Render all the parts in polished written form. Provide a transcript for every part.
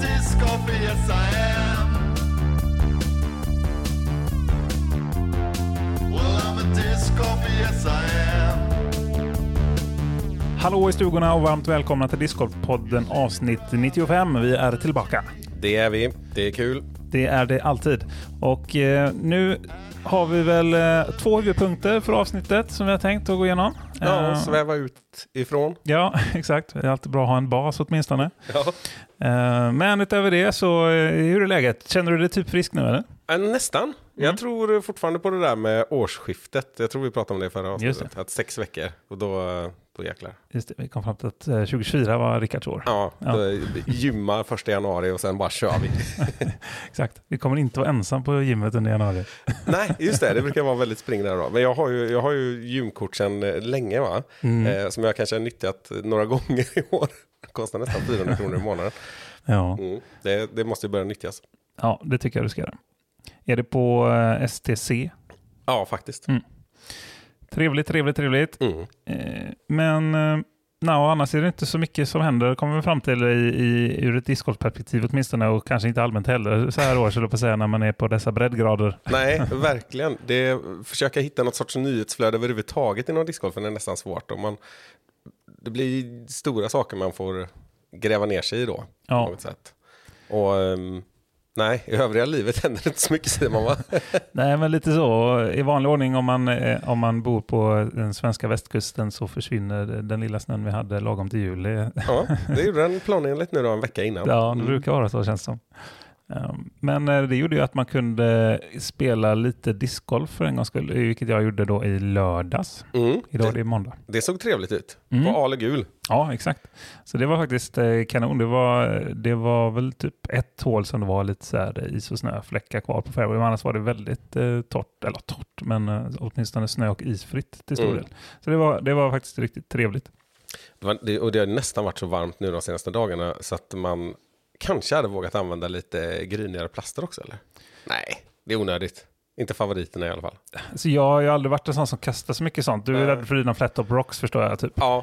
discgolf i SAM. Well, I'm a discgolf i SAM. Hallå i stugorna och varmt välkomna till Discgolf-podden avsnitt 95. Vi är tillbaka. Det är vi. Det är kul. Det är det alltid. Och nu har vi väl 2 huvudpunkter för avsnittet som vi har tänkt att gå igenom. Ja, sväva ut ifrån. Ja, exakt. Det är alltid bra att ha en bas åtminstone. Ja. Men utöver det så, hur är läget? Känner du dig typ frisk nu eller? Nästan. Jag tror fortfarande på det där med årsskiftet. Jag tror vi pratade om det förra avsnittet. Att 6 veckor. Och då jäklar. Just det, vi kom fram till att 2024 var Rickards år. Ja, då gymmar 1 januari och sen bara kör vi. Exakt. Vi kommer inte vara ensam på gymmet under januari. Nej, just det. Det brukar vara väldigt springande då. Men jag har ju gymkort sedan länge va? Som jag kanske har nyttjat några gånger i år. Det kostar nästan 400 kronor i månaden. Ja. Det måste ju börja nyttjas. Ja, det tycker jag du ska göra. Är det på STC? Ja, faktiskt. Trevligt. Men annars är det inte så mycket som händer, kommer vi fram till ur ett discgolfperspektiv åtminstone, och kanske inte allmänt heller så här års, eller på att säga, när man är på dessa breddgrader. Nej, verkligen. Försöka hitta något sorts nyhetsflöde överhuvudtaget inom discgolfen är nästan svårt. Det blir stora saker man får gräva ner sig i då. På något sätt. Och nej, i övriga livet händer det inte så mycket, säger man va? Nej, men lite så. I vanlig ordning om man bor på den svenska västkusten så försvinner den lilla snön vi hade lagom till jul. Ja, det gjorde den planenligt nu då en vecka innan. Ja, det brukar vara så, känns som. Men det gjorde ju att man kunde spela lite discgolf för en gångs skull, vilket jag gjorde då i lördags. Idag är det måndag. Det såg trevligt ut. På ale gul. Ja, exakt. Så det var faktiskt kanon. Det var väl typ ett hål som det var lite så här is- och snöfläckar kvar på fairway. Men annars var det väldigt torrt, men åtminstone snö- och isfritt till stor del. Så det var faktiskt riktigt trevligt. Och det har nästan varit så varmt nu de senaste dagarna så att man kanske hade vågat använda lite grynigare plaster också, eller? Nej, det är onödigt. Inte favoriterna i alla fall. Så jag har ju aldrig varit en sån som kastar så mycket sånt. Du är rädd för dina flat top rocks, förstår jag typ. Ja.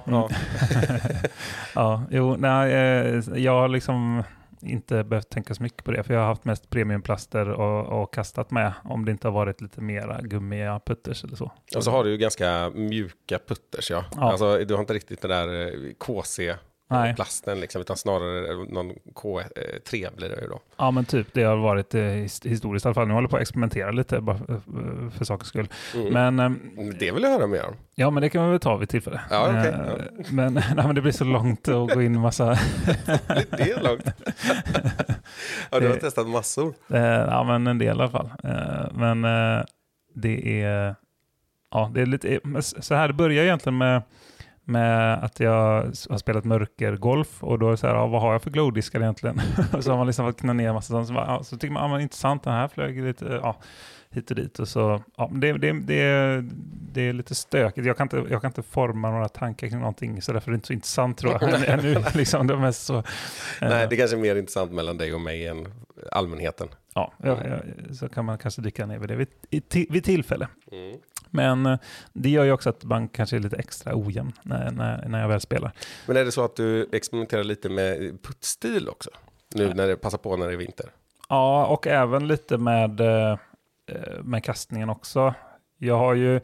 Jag har liksom inte behövt tänka så mycket på det, för jag har haft mest premiumplaster och kastat med, om det inte har varit lite mera gummiga putters eller så. Och så har du ju ganska mjuka putters, ja. Alltså, du har inte riktigt det där KC plasten liksom, utan snarare någon K3 blir det ju då. Ja, men typ, det har varit historiskt i alla fall. Nu håller jag på att experimentera lite bara för sakens skull. Men det vill jag höra mer om. Ja, men det kan man väl ta vid tillfälle. Ja, okej. Men det blir så långt att gå in massa... Det är långt. Ja, du har testat massor. Ja, men en del i alla fall. Men det är... Ja, det är lite... Så här, det börjar egentligen med att jag har spelat mörkergolf, och då är det så här, vad har jag för glowdiskar egentligen? Och så har man liksom fått knä ner en massa sånt, så tycker man, men intressant, den här flög lite hit och dit, och så det är lite stökigt. Jag kan inte forma några tankar kring någonting, så därför är det inte så intressant, tror jag. Nu, liksom, det är mest så, nej, det är kanske mer intressant mellan dig och mig än allmänheten. Ja, så kan man kanske dyka ner vid det vid tillfälle. Men det gör ju också att man kanske är lite extra ojämn när jag väl spelar. Men är det så att du experimenterar lite med puttstil också? Nu när det passar på när det är vinter? Ja, och även lite med kastningen också. Jag har ju...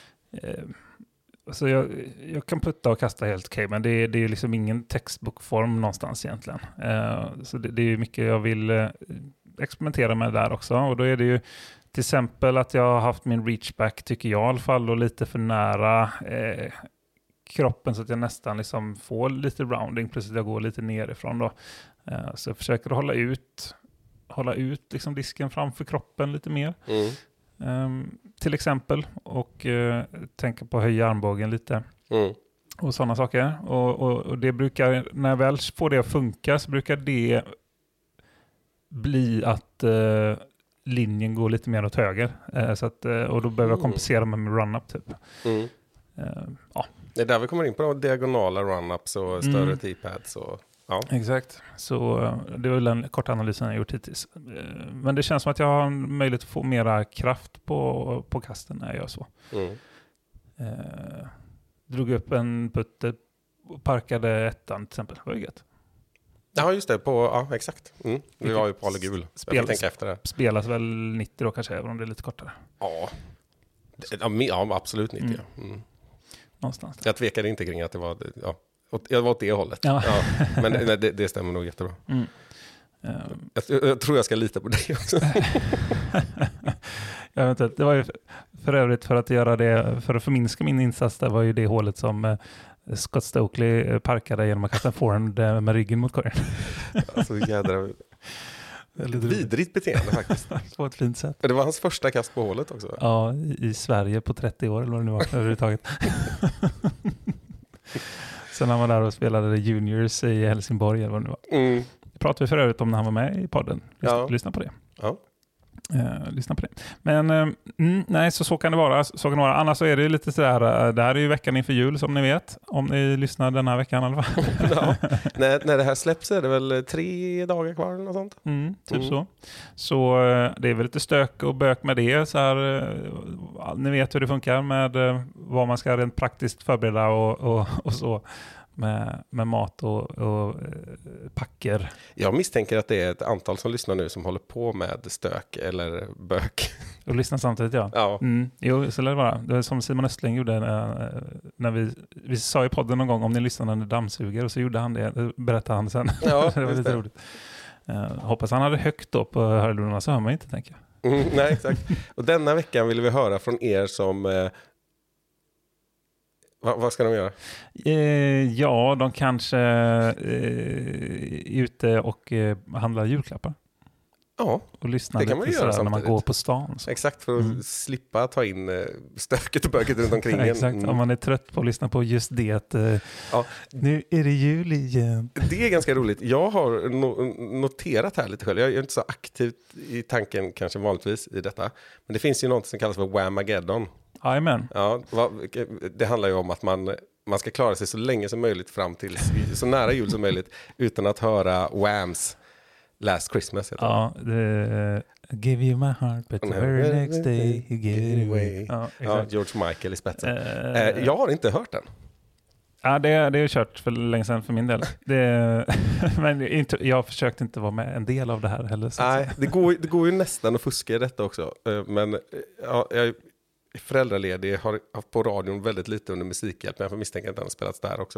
Så jag kan putta och kasta helt okej, men det är ju liksom ingen textbookform någonstans egentligen. Så det är ju mycket jag vill experimentera med där också. Och då är det ju till exempel att jag har haft min reachback, tycker jag i alla fall, och lite för nära kroppen, så att jag nästan liksom får lite rounding, plus att jag går lite nerifrån då. Så jag försöker hålla ut liksom disken framför kroppen lite mer. Till exempel, och tänka på att höja armbågen lite. Och sådana saker. Och det brukar, när jag väl får det att funka, så brukar det bli att linjen går lite mer åt höger. Så att, och då behöver jag kompensera med run-up typ. Det är där vi kommer in på diagonala run-ups och större tee-pads. Ja. Exakt. Så det var den korta analysen jag gjort hittills. Men det känns som att jag har möjlighet att få mera kraft på kasten när jag gör så. Drog upp en putte och parkade ettan till exempel. Det var ju gött. Ja, just det. Ja, exakt. Vi var ju på Ale Gul. Jag fick tänka efter det. Spelas väl 90 då kanske, även om det är lite kortare. Ja, absolut 90. Någonstans. Jag tvekade inte kring att det var... Ja, jag var åt det hållet. Ja. Ja, men det stämmer nog jättebra. Jag tror jag ska lita på dig också. Jag vet inte, det var ju för övrigt för att göra det, för att förminska min insats, det var ju det hålet som Scott Stokely parkade genom att kasta en forehand med ryggen mot korgen. Alltså jädra vidrigt beteende faktiskt. På ett fint sätt. Det var hans första kast på hålet också. Ja, i Sverige på 30 år eller vad det nu var överhuvudtaget. Sen han var där och spelade juniors i Helsingborg eller vad det nu var. Pratade vi för övrigt om när han var med i podden. Lyssna på det. Ja. Lyssna på det. Men nej, så kan det vara. Annars så är det lite sådär, det här är ju veckan inför jul som ni vet. Om ni lyssnar den här veckan i alla fall. Ja. När det här släpps är det väl 3 dagar kvar eller något sånt? Typ så. Så det är väl lite stök och bök med det. Så här, ni vet hur det funkar med vad man ska rent praktiskt förbereda och så. Med mat och packer. Jag misstänker att det är ett antal som lyssnar nu som håller på med stök eller bök. Och lyssnar samtidigt, ja. Jo, så lär det vara. Det är som Simon Östling gjorde när vi sa i podden någon gång om ni lyssnar när ni dammsuger, och så gjorde han det, berättade han sen. Ja, det var lite roligt. Hoppas han hade högt då på hörlurarna, så hör man inte, tänker jag. Nej, exakt. Och denna veckan vill vi höra från er som... Vad ska de göra? Ja, de kanske är ute och handlar julklappar. Ja, och lyssnar det kan man göra när man går på stan. Så. Exakt, för att slippa ta in stöket och böket runt omkring. Exakt, om man är trött på att lyssna på just det. Nu är det jul igen. Det är ganska roligt. Jag har noterat här lite själv. Jag är inte så aktiv i tanken kanske vanligtvis i detta. Men det finns ju något som kallas för Whamageddon. Amen. Ja, det handlar ju om att man ska klara sig så länge som möjligt fram till så nära jul som möjligt utan att höra Whams Last Christmas. Ja, give you my heart but the very next day you give it away. Ja, George Michael i spetsen. Jag har inte hört den. Ja, det är ju kört för länge sedan för min del. Men jag har försökt inte vara med en del av det här heller. Nej, det går ju nästan att fuska i detta också. Men jag föräldraledig, har haft på radion väldigt lite under musikhjälp, men jag får misstänka att den har spelats där också.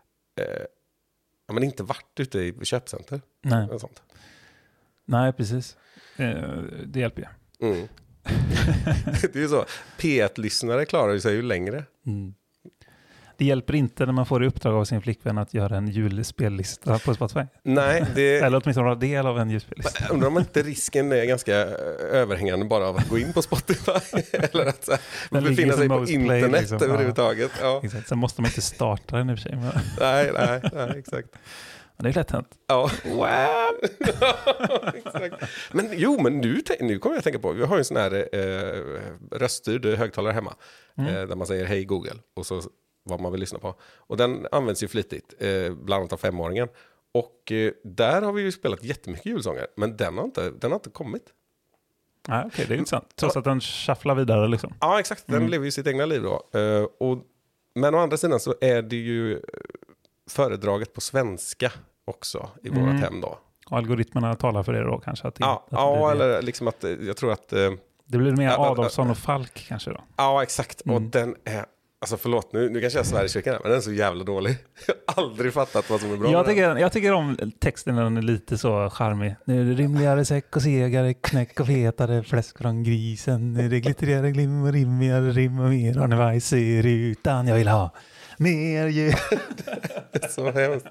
Men inte varit ute i köpcenter. Nej. Och sånt. Nej, precis. Det hjälper ju. Det är ju så. P1-lyssnare klarar sig ju längre. Det hjälper inte när man får i uppdrag av sin flickvän att göra en julspellista på Spotify. Nej, eller åtminstone vara del av en julspellista. Undrar om inte risken är ganska överhängande bara av att gå in på Spotify. Eller att befinna sig på internet liksom, överhuvudtaget. Ja. Exakt. Sen måste man inte starta den i och för sig. Nej, exakt. Men det är lätt hänt. Ja. Wow. Exakt. Men nu kommer jag att tänka på, vi har ju en sån här röststyrd högtalare hemma. Där man säger hej Google och så vad man vill lyssna på. Och den används ju flitigt, bland annat av 5-åringen. Och där har vi ju spelat jättemycket julsånger, men den har inte kommit. Nej, okej, det är intressant. Trots att den shufflar vidare liksom. Ja, exakt. Den lever ju sitt egna liv då. Men å andra sidan så är det ju föredraget på svenska också i vårat hem då. Och algoritmerna talar för det då kanske? Eller liksom att jag tror att... det blir mer Adolfsson och Falk kanske då? Ja, exakt. Och den är... Alltså förlåt, nu kanske jag Sverigekyrkan här, men den är så jävla dålig. Jag har aldrig fattat vad som är bra. Jag tycker om texten när den är lite så charmig. Nu är det rimligare säck och segare, knäck och fetare, fläsk från grisen. Nu är det glittrigare, glim och rimmigare, rim och mer. Och när vad ser utan jag vill ha mer ljud. Det är så hemskt.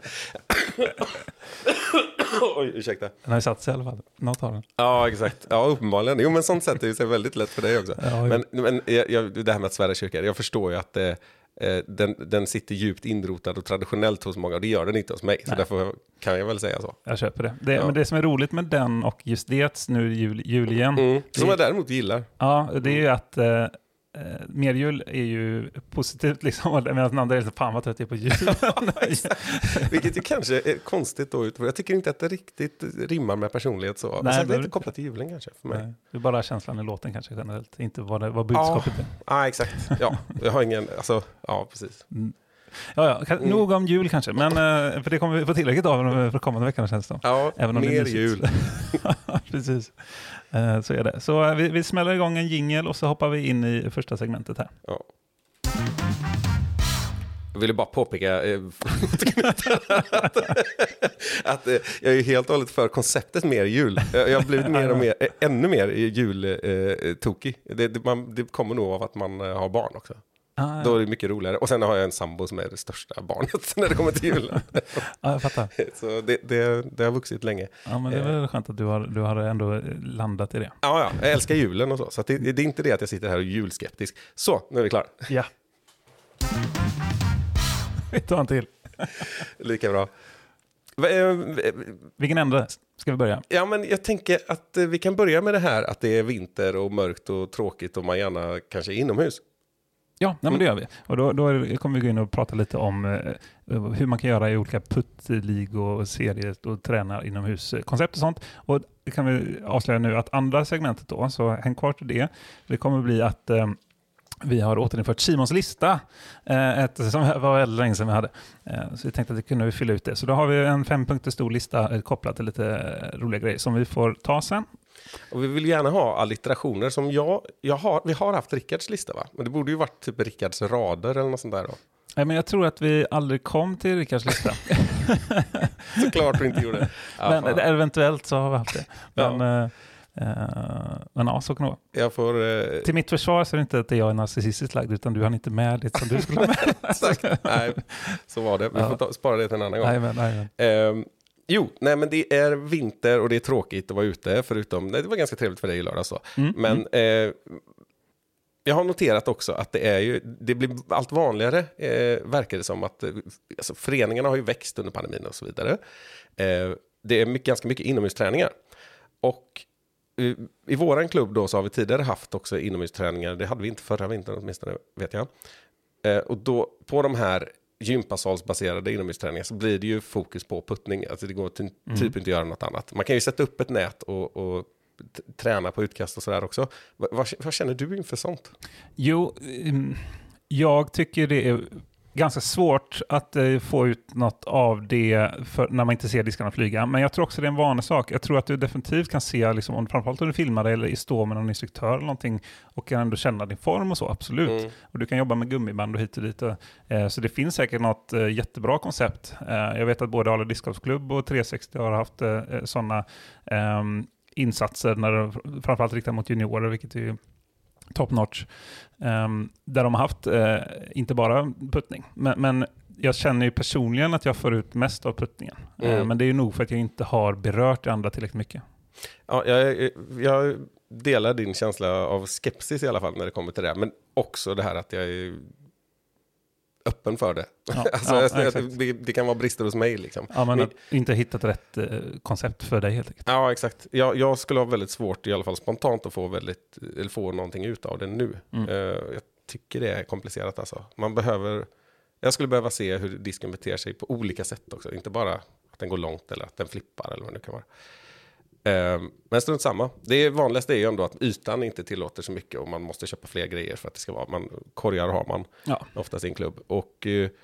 Oj, ursäkta. Den har ju satt sig i alla fall. Något har den. Ja, exakt. Ja, uppenbarligen. Jo, men sånt sätt är ju så väldigt lätt för dig också. Ja, men det här med att svära kyrkan, jag förstår ju att den sitter djupt inrotad och traditionellt hos många, och det gör den inte hos mig. Så därför kan jag väl säga så. Jag köper det. Men det som är roligt med den och just det, nu jul igen. Som jag däremot gillar. Ja, det är ju att... mer jul är ju positivt liksom, medan den andra är så fan vad trött är på jul. Vilket ju kanske är konstigt då, för jag tycker inte att det riktigt rimmar med personlighet så. Nej, det är inte kopplat till julen kanske för mig. Nej, det är bara känslan i låten kanske generellt, inte vad budskapet är. Ja, exakt. Ja, jag har ingen, alltså, ja precis. Nog om jul kanske, men för det kommer vi få tillräckligt av för kommande veckan känns det. Ja, även om mer jul. Precis. Så är det. Så vi smäller igång en jingle och så hoppar vi in i första segmentet här. Ja. Jag ville bara påpeka att jag är helt och hållet för konceptet mer jul. Jag har blivit ännu mer jultokig. Det kommer nog av att man har barn också. Då är det mycket roligare. Och sen har jag en sambo som är det största barnet när det kommer till julen. Ja, jag fattar. Så det har vuxit länge. Ja, men det är väl skönt att du har ändå landat i det. Ja, jag älskar julen och så. Så att det är inte det att jag sitter här och är julskeptisk. Så, nu är vi klara. Ja. Vi tar en till. Lika bra. Vilken ände ska vi börja? Ja, men jag tänker att vi kan börja med det här att det är vinter och mörkt och tråkigt och man gärna kanske är inomhus. Ja, men det gör vi. Och då kommer vi gå in och prata lite om hur man kan göra i olika puttligor och serier och träna inomhuskoncept och sånt. Och det kan vi avslöja nu att andra segmentet då, så häng kvar till det. Det kommer bli att vi har återinfört Simons lista, som var väldigt länge sedan vi hade. Så vi tänkte att vi kunde fylla ut det. Så då har vi en 5 punkter stor lista kopplad till lite roliga grejer som vi får ta sen. Och vi vill gärna ha allitterationer som vi har haft Rickards lista, va? Men det borde ju varit typ Rickards rader eller något sånt där då. Nej, men jag tror att vi aldrig kom till Rickards lista. Såklart vi inte gjorde. Ja, men eventuellt så har vi haft det. Men ja, så kan det vara. Till mitt försvar så är det inte att jag är narcissistiskt lagd, utan du har inte med det som du skulle ha med. Exakt. Nej, så var det. Vi får spara det till en annan gång. Men det är vinter och det är tråkigt att vara ute, förutom, det var ganska trevligt för dig i lördag så. Men jag har noterat också att det blir allt vanligare, verkar det som att alltså, föreningarna har ju växt under pandemin och så vidare. Det är ganska mycket inomhusträningar. Och i våran klubb då så har vi tidigare haft också inomhusträningar. Det hade vi inte förra vintern åtminstone, vet jag. Och då på de här gympasalsbaserade inomhusträningar så blir det ju fokus på puttning. Alltså det går typ inte att göra något annat. Man kan ju sätta upp ett nät och träna på utkast och sådär också. Vad känner du inför sånt? Jo, jag tycker det är ganska svårt att få ut något av det när man inte ser diskarna flyga. Men jag tror också det är en vanlig sak. Jag tror att du definitivt kan se, liksom, framförallt om du filmar eller i stå med någon instruktör eller någonting och kan ändå känna din form och så, absolut. Och du kan jobba med gummiband och hit och dit. Så det finns säkert något jättebra koncept. Jag vet att både Ale Discgolfklubb och 360 har haft sådana insatser när det framförallt riktar mot juniorer, vilket är ju top notch, där de har haft inte bara puttning, men jag känner ju personligen att jag får ut mest av puttningen, men det är ju nog för att jag inte har berört det andra tillräckligt mycket. Ja, jag delar din känsla av skepsis i alla fall när det kommer till det, men också det här att jag är öppen för det. Ja, alltså, det kan vara brister hos mig. Liksom. Ja, men inte hittat rätt koncept för dig helt enkelt. Ja, exakt. Jag skulle ha väldigt svårt i alla fall spontant att få någonting ut av det nu. Jag tycker det är komplicerat. Alltså. Jag skulle behöva se hur disken beter sig på olika sätt också. Inte bara att den går långt eller att den flippar eller vad det kan vara. Men strunt samma. Det vanligaste är ju ändå att ytan inte tillåter så mycket och man måste köpa fler grejer för att det ska vara. Korgar har man oftast i en klubb. Och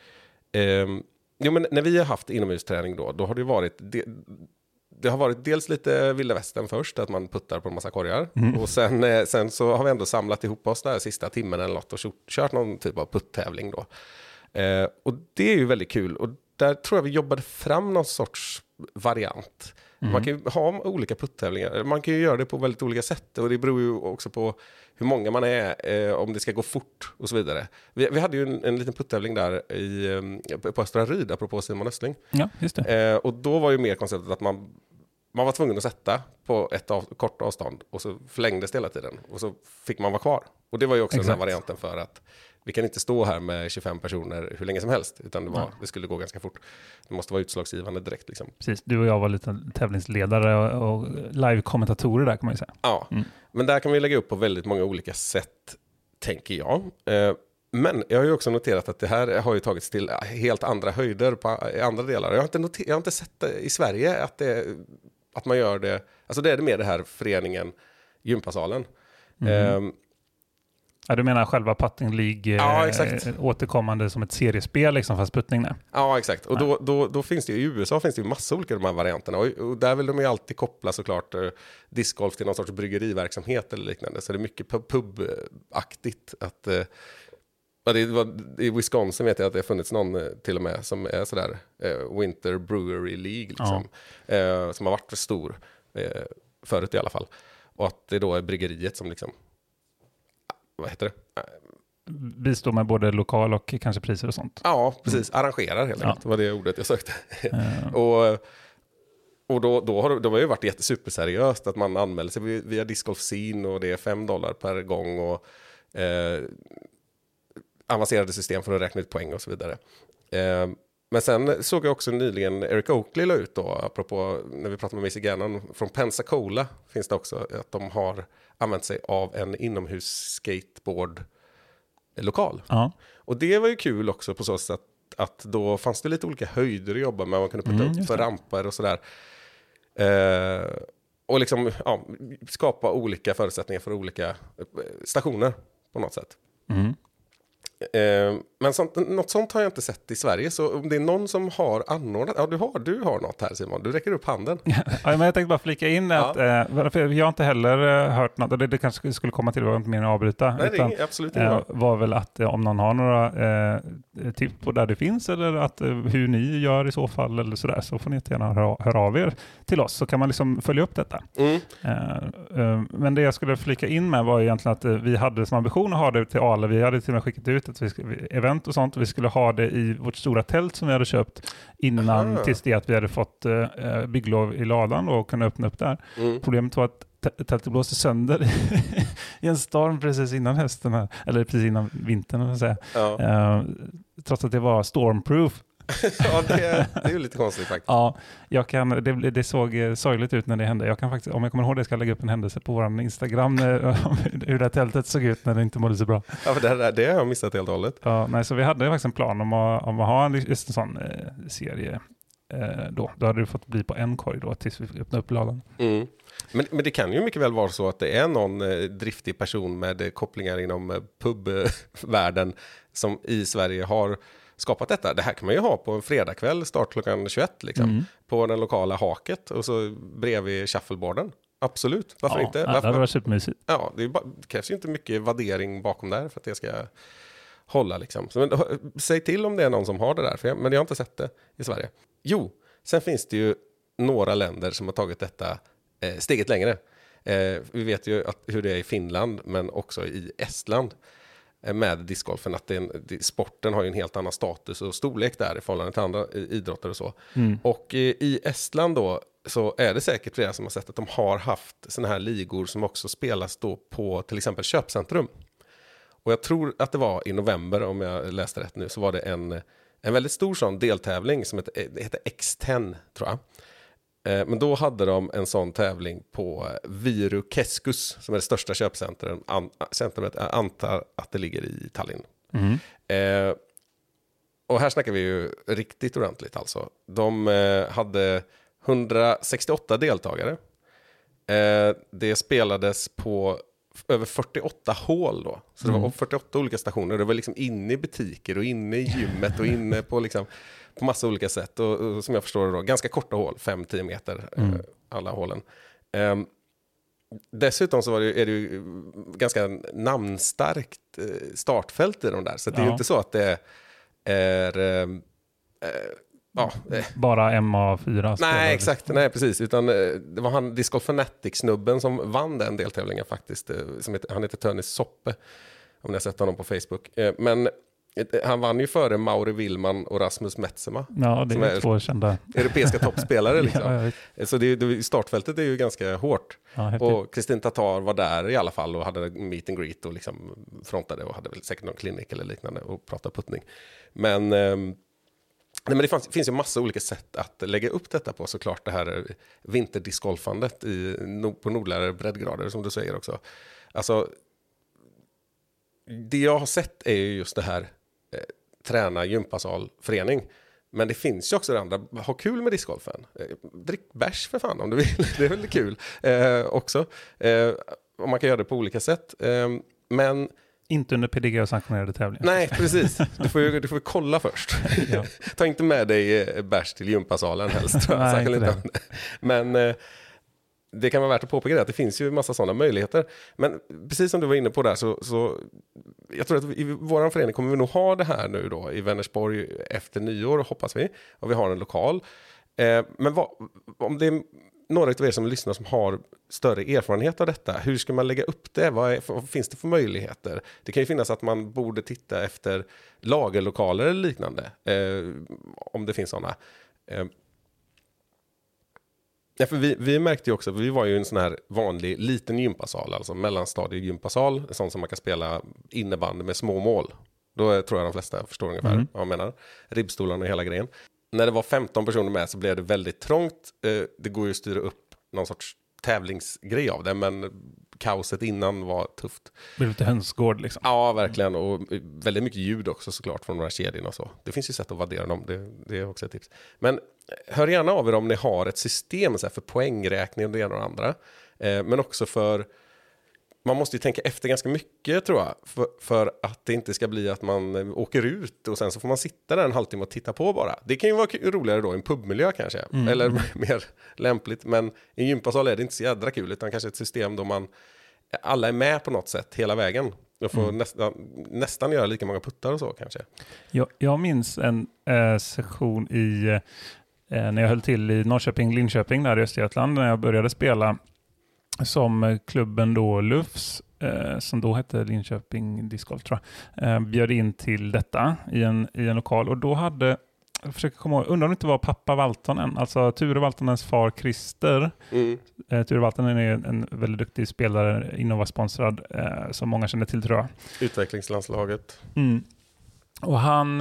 men när vi har haft inomhusträning då har det varit det har varit dels lite vilda västern först, att man puttar på en massa korgar. Och sen så har vi ändå samlat ihop oss där sista timmen eller något och kört någon typ av putttävling då. Och det är ju väldigt kul. Och där tror jag vi jobbade fram någon sorts variant. Man kan ju ha olika putttävlingar. Man kan ju göra det på väldigt olika sätt. Och det beror ju också på hur många man är, om det ska gå fort och så vidare. Vi hade ju en liten putttävling där på Östra Ryd, apropå Simon Östling. Ja, just det. Och då var ju mer konceptet att man var tvungen att sätta på ett kort avstånd och så förlängdes det hela tiden. Och så fick man vara kvar. Och det var ju också den här varianten för att vi kan inte stå här med 25 personer hur länge som helst, utan det skulle gå ganska fort. Det måste vara utslagsgivande direkt. Liksom. Precis, du och jag var lite tävlingsledare och live-kommentatorer där kan man ju säga. Ja, men där kan vi lägga upp på väldigt många olika sätt, tänker jag. Men jag har ju också noterat att det här har ju tagits till helt andra höjder i andra delar. Jag har inte sett det i Sverige att man gör det. Alltså det är det mer det här föreningen, gympasalen. Ja, du menar själva Putting League återkommande som ett seriespel liksom, fast puttning där? Ja, exakt. Och då finns det ju i USA finns det ju massa olika de här varianterna. Och där vill de ju alltid koppla såklart discgolf till någon sorts bryggeriverksamhet eller liknande. Så det är mycket pubaktigt att... I Wisconsin vet jag att det har funnits någon till och med som är sådär Winter Brewery League liksom, som har varit för stor förut i alla fall. Och att det då är bryggeriet som liksom, vad heter det? Bistår med både lokal och kanske priser och sånt. Ja, precis. Arrangerar helt enkelt. Det var det ordet jag sökte. Och då har det ju varit jättesuperseriöst att man anmäler sig via Discgolf Scene och det är $5 per gång och avancerade system för att räkna ut poäng och så vidare. Men sen såg jag också nyligen Eric Oakley la ut då, apropå när vi pratade med Macy Gannon från Pensacola finns det också att de har använt sig av en inomhus skateboard-lokal. Och det var ju kul också på så sätt att då fanns det lite olika höjder att jobba med, man kunde putta upp för ramper och sådär. Och liksom skapa olika förutsättningar för olika stationer på något sätt. Men något sånt har jag inte sett i Sverige, så om det är någon som har anordnat, du har något här Simon, du räcker upp handen. Men jag tänkte bara flika in att för jag har inte heller hört något, och det kanske skulle komma till, det var inte mer att avbryta. Nej, utan, det är absolut inte var väl att om någon har några tips på där det finns, eller att hur ni gör i så fall eller sådär, så får ni gärna höra av er till oss, så kan man liksom följa upp detta. Men det jag skulle flika in med var egentligen att vi hade som ambition att ha det till Ale, vi hade till och med skickat ut att event och sånt. Vi skulle ha det i vårt stora tält som vi hade köpt innan, tills det att vi hade fått bygglov i ladan och kunde öppna upp där. Problemet var att tältet blåste sönder i en storm precis innan hösten här, eller precis innan vintern om man säger. Trots att det var stormproof. Ja, det är ju lite konstigt faktiskt. Ja, det såg sorgligt ut när det hände. Jag kan faktiskt, om jag kommer ihåg det, ska jag lägga upp en händelse på vår Instagram hur det här tältet såg ut när det inte mådde så bra. Ja, för det har jag missat helt och hållet. Ja, nej, så vi hade faktiskt en plan om att ha just en sån serie då. Då hade det fått bli på en korg då tills vi öppnade upp ladan. Men det kan ju mycket väl vara så att det är någon driftig person med kopplingar inom pubvärlden som i Sverige har skapat detta. Det här kan man ju ha på en fredagkväll, start klockan 21 liksom, på den lokala haket och så bredvid shuffleboarden. Absolut, varför inte? Det hade varit supermysigt. Ja, det krävs ju inte mycket värdering bakom där för att det ska hålla liksom. Så, men, säg till om det är någon som har det där, men jag har inte sett det i Sverige. Jo, sen finns det ju några länder som har tagit detta steget längre. Vi vet ju hur det är i Finland, men också i Estland med discgolfen, att sporten har ju en helt annan status och storlek där i förhållande till andra idrotter och så. Och i Estland då så är det säkert flera som har sett att de har haft såna här ligor som också spelas då på till exempel köpcentrum. Och jag tror att det var i november, om jag läste rätt nu, så var det en väldigt stor sån deltävling som heter X10 tror jag. Men då hade de en sån tävling på Viru Keskus som är det största köpcentret. Centrumet, jag antar att det ligger i Tallinn. Och här snackar vi ju riktigt ordentligt alltså. De hade 168 deltagare. Det spelades på över 48 hål då. Så det var 48 olika stationer. Det var liksom inne i butiker och inne i gymmet och inne på liksom på massa olika sätt. Och som jag förstår det då, ganska korta hål, 5-10 meter alla hålen. Dessutom så är det ju ganska namnstarkt startfält i de där. Så det är ju inte så att det är... bara MA4. Nej, exakt. Nej, precis. Utan det var han Disc Golf Fanatic-snubben som vann den deltävlingen faktiskt. Han heter Tony Soppe, om ni har sett honom på Facebook. Men han vann ju före Mauri Willman och Rasmus Metsema. Ja, det är två kända europeiska toppspelare liksom. Så startfältet är ju ganska hårt. Ja, och Kristin Tatar var där i alla fall och hade meet and greet och liksom frontade och hade väl säkert någon klinik eller liknande och pratade puttning. Men det finns ju massa olika sätt att lägga upp detta på, såklart det här vinterdiscgolfandet på nordligare breddgrader som du säger också. Alltså, det jag har sett är ju just det här träna gympasalförening. Men det finns ju också det andra, ha kul med discgolfen. Drick bärs för fan om du vill, det är väldigt kul också. Och man kan göra det på olika sätt. Men Inte under PDGA-sanktionerade tävlingar. Nej, precis. Du får kolla först. Ja. Ta inte med dig bärs till gympasalen helst. Nej, inte. Men det kan vara värt att påpeka att det finns ju en massa sådana möjligheter. Men precis som du var inne på där så jag tror att i vår förening kommer vi nog ha det här nu då i Vänersborg efter nyår, hoppas vi. Och vi har en lokal. Men om det är några av er som lyssnar som har större erfarenhet av detta, hur ska man lägga upp det? Vad finns det för möjligheter? Det kan ju finnas att man borde titta efter lagerlokaler eller liknande, om det finns sådana. Ja, för vi märkte ju också, vi var ju en sån här vanlig liten gympasal, alltså mellanstadiegympasal, sån som man kan spela innebandy med små mål. Då tror jag de flesta förstår ungefär vad jag menar. Ribbstolarna och hela grejen. När det var 15 personer med så blev det väldigt trångt. Det går ju att styra upp någon sorts tävlingsgrej av det, men kaoset innan var tufft. Det blev lite hönsgård liksom. Ja, verkligen. Och väldigt mycket ljud också såklart från några kedjorna och så. Det finns ju sätt att vaddera dem, det är också ett tips. Men hör gärna av er om ni har ett system så här, för poängräkning och det ena och det andra. Men också för... Man måste ju tänka efter ganska mycket tror jag. För att det inte ska bli att man åker ut och sen så får man sitta där en halvtimme och titta på bara. Det kan ju vara roligare då i en pubmiljö kanske. Eller mer lämpligt. Men i en gympasal är det inte så jädra kul. Utan kanske ett system då alla är med på något sätt hela vägen. Och får nästan göra lika många puttar och så kanske. Jag minns en session när jag höll till i Norrköping, Linköping där i Östergötland. När jag började spela som klubben då Lufs, som då hette Linköping Discgolf tror jag, bjöd in till detta i en lokal. Och då hade, jag försöker komma ihåg, undrar om det inte var pappa Valtonen, alltså Ture Valtonens far Christer. Ture Valtonen är en väldigt duktig spelare, Innova-sponsrad, som många känner till tror jag. Utvecklingslandslaget. Och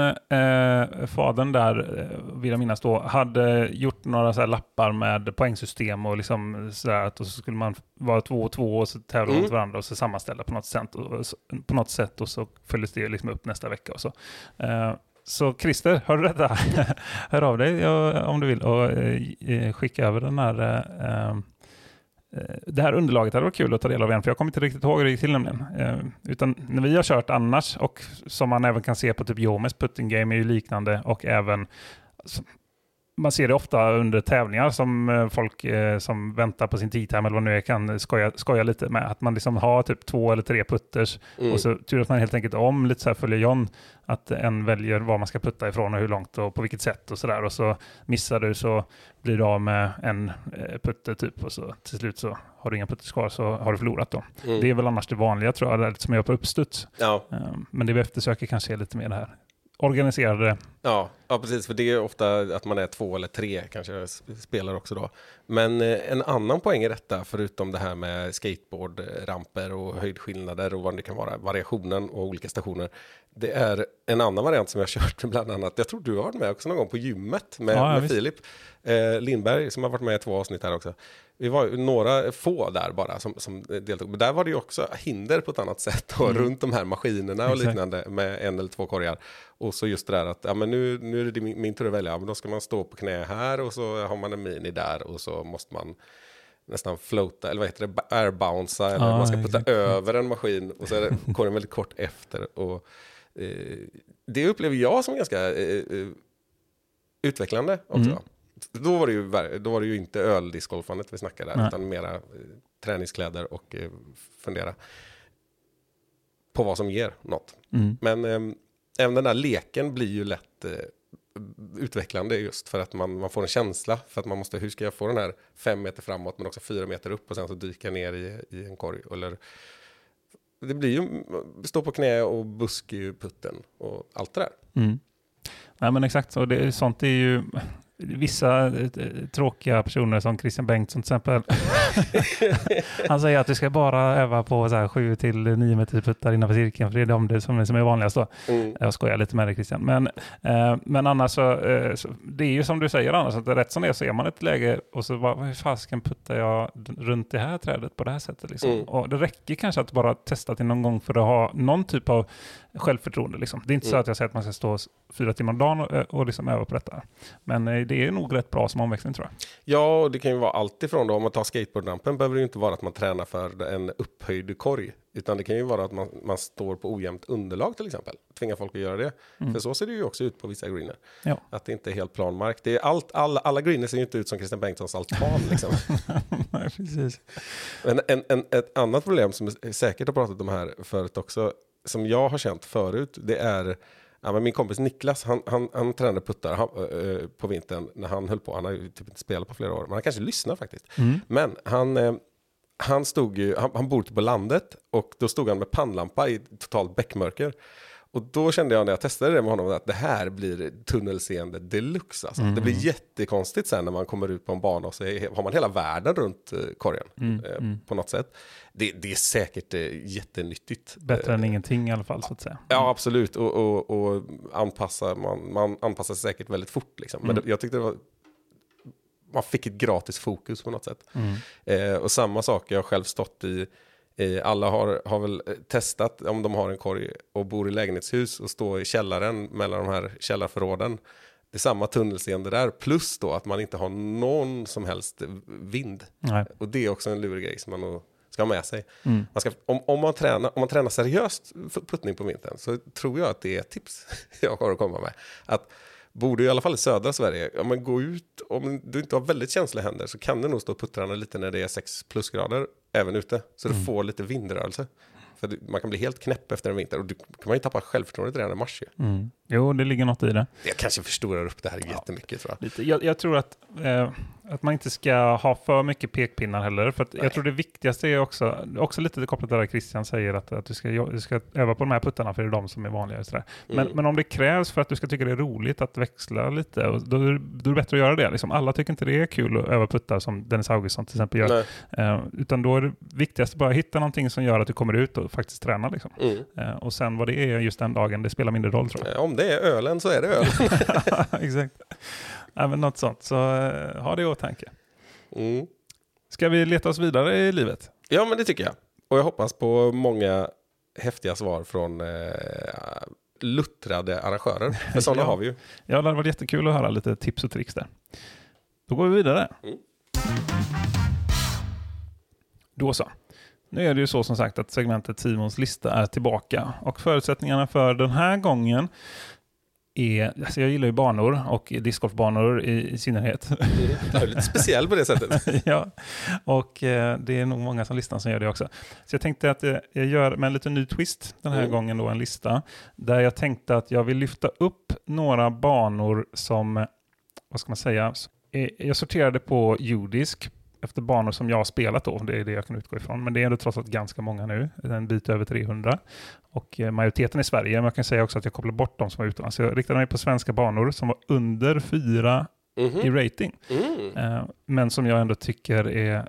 fadern där, vill jag minnas då, hade gjort några så här lappar med poängsystem och liksom sådär, att och så skulle man vara 2-2 och så tävla mot varandra och så sammanställa på något sätt och så följdes det liksom upp nästa vecka och så. Så Christer, hör du detta? Hör av dig om du vill och skicka över den här... Det här underlaget hade varit kul att ta del av igen, för jag kommer inte riktigt ihåg hur det gick till nämligen. Utan när vi har kört annars, och som man även kan se på typ Jomes putting game är ju liknande, och även man ser det ofta under tävlingar som folk som väntar på sin teatime eller vad nu är kan skoja lite med, att man liksom har typ 2 eller 3 putters och så turas man helt enkelt om lite så här, följer John, att en väljer var man ska putta ifrån och hur långt och på vilket sätt och sådär, och så missar du så blir du av med en putter typ, och så till slut så har du inga putters kvar, så har du förlorat då. Det är väl annars det vanliga tror jag, det är lite som jag på uppstuds. Ja. Men det vi eftersöker kanske är lite mer det här organiserade. Ja, precis. För det är ofta att man är 2 eller 3 kanske spelar också då. Men en annan poäng i detta, förutom det här med skateboard, ramper och höjdskillnader och vad det kan vara, variationen och olika stationer. Det är en annan variant som jag har kört bland annat. Jag tror du har varit med också någon gång på gymmet med Filip Lindberg, som har varit med i 2 avsnitt här också. Vi var några få där bara som deltog. Men där var det ju också hinder på ett annat sätt. Och runt de här maskinerna och liknande med 1 eller 2 korgar. Och så just det där att ja, men nu är det min tur att välja. Ja, men då ska man stå på knä här och så har man en mini där. Och så måste man nästan floata, eller vad heter det, airbouncea. Eller man ska putta över en maskin. Och så är det korgen väldigt kort efter. Och det upplever jag som ganska utvecklande också. Då var det ju inte öldiscgolfandet vi snackade där, utan mera träningskläder och fundera på vad som ger något. Men även den där leken blir ju lätt utvecklande just för att man får en känsla för att man måste, hur ska jag få den här 5 meter framåt men också 4 meter upp och sen så dyka ner i en korg, eller det blir ju stå på knä och busk i putten och allt det där. Nej men exakt, och sånt är ju vissa tråkiga personer som Christian Bengtsson till exempel. Han säger att du ska bara öva på så här 7-9 meter puttar innanför cirkeln, för det är de som är vanligast då. Jag skojar lite med dig Christian. Men annars så det är ju som du säger annars, att rätt som det är så är man ett läge och så bara, hur fasken puttar jag runt det här trädet på det här sättet liksom. Och det räcker kanske att bara testa till någon gång för att ha någon typ av självförtroende liksom. Det är inte så att jag säger att man ska stå 4 timmar om dagen och liksom öva på detta. Men det är nog rätt bra som omväxling, tror jag. Ja, det kan ju vara allt ifrån då. Om man tar skateboardrampen behöver det ju inte vara att man tränar för en upphöjd korg. Utan det kan ju vara att man står på ojämnt underlag till exempel. Tvingar folk att göra det. För så ser det ju också ut på vissa greener. Ja. Att det inte är helt plan mark. Det är alla greener ser ju inte ut som Christian Bengtssons altan liksom. Nej, precis. Men ett annat problem som jag säkert har pratat om här förut också, som jag har känt förut, det är men min kompis Niklas, han tränade puttar på vintern när han höll på. Han har ju typ inte spelat på flera år, men han kanske lyssnar faktiskt. Men han stod ju, han bor på landet och då stod han med pannlampa i totalt bäckmörker. Och då kände jag när jag testade det med honom att det här blir tunnelseende deluxe. Alltså. Det blir jättekonstigt sen när man kommer ut på en bana och så har man hela världen runt korgen på något sätt. Det är säkert jättenyttigt. Bättre än ingenting i alla fall, så att säga. Ja, absolut. Och man anpassar sig säkert väldigt fort. Liksom. Men jag tyckte det var... Man fick ett gratis fokus på något sätt. Och samma sak jag har själv stått i. Alla har väl testat om de har en korg och bor i lägenhetshus och står i källaren mellan de här källarförråden. Det är samma tunnelseende där, plus då att man inte har någon som helst vind. Nej. Och det är också en lurig grej som man nog ska ha med sig. Man ska, om man tränar seriöst puttning på vintern, så tror jag att det är ett tips jag har att komma med. Att borde i alla fall i södra Sverige, om man går ut, om du inte har väldigt känsliga händer, så kan det nog stå puttrarna lite när det är 6 plusgrader även ute. Så du får lite vindrörelse. För man kan bli helt knäpp efter en vinter. Och du kan man ju tappa självförtroendet redan i mars ju. Jo, det ligger något i det. Jag kanske förstorar upp det här jättemycket, tror jag. Lite. Jag tror att man inte ska ha för mycket pekpinnar heller. För att jag tror det viktigaste är också lite kopplat till det Christian säger, att du ska öva på de här puttarna, för det är de som är vanligare. Men om det krävs för att du ska tycka det är roligt att växla lite, då är det bättre att göra det. Liksom, alla tycker inte det är kul att öva puttar som Dennis Augustsson till exempel gör. Utan då är det viktigaste bara att hitta någonting som gör att du kommer ut och faktiskt tränar. Liksom. Och sen vad det är just den dagen, det spelar mindre roll, tror jag. Om det är ölen så är det öl. Exakt. Även något sånt. Så ha det i åtanke. Ska vi leta oss vidare i livet? Ja, men det tycker jag. Och jag hoppas på många häftiga svar från luttrade arrangörer. För sådana har vi ju. Ja, det har varit jättekul att höra lite tips och tricks där. Då går vi vidare. Då så. Nu är det ju så som sagt att segmentet Simons lista är tillbaka. Och förutsättningarna för den här gången alltså jag gillar ju banor och discgolfbanor i synnerhet. Det är lite speciell på det sättet. Ja, och det är nog många som listan som gör det också. Så jag tänkte att jag gör med en liten ny twist den här gången då, en lista där jag tänkte att jag vill lyfta upp några banor som, vad ska man säga, jag sorterade på judisk efter banor som jag har spelat då. Det är det jag kan utgå ifrån. Men det är ändå trots allt ganska många nu. En bit över 300. Och majoriteten i Sverige. Men jag kan säga också att jag kopplar bort dem som var utomlands. Så jag riktade mig på svenska banor som var under 4 i rating. Men som jag ändå tycker är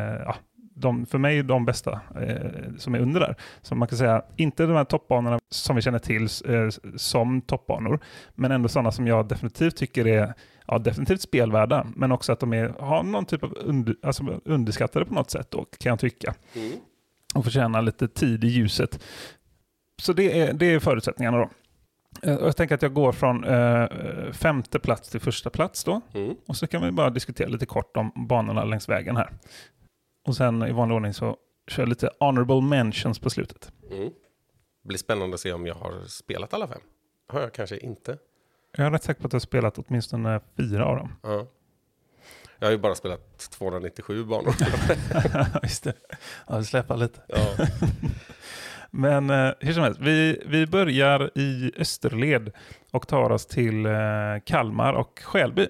för mig de bästa som är under där. Så man kan säga, inte de här toppbanorna som vi känner till som toppbanor. Men ändå sådana som jag definitivt tycker är definitivt spelvärda, men också att de har någon typ av underskattade på något sätt då, kan jag tycka. Och förtjäna lite tid i ljuset. Så det är förutsättningarna då. Jag tänker att jag går från 5:e plats till 1:a plats då. Och så kan vi bara diskutera lite kort om banorna längs vägen här. Och sen i vanlig ordning så kör jag lite honorable mentions på slutet. Det blir spännande att se om jag har spelat alla 5. Har jag kanske inte. Jag är rätt säker på att jag har spelat åtminstone 4 av dem. Ja. Jag har ju bara spelat 297 banor. Just det. Ja, det släpper lite. Ja. Men hur som helst, vi börjar i Österled och tar oss till Kalmar och Skälby.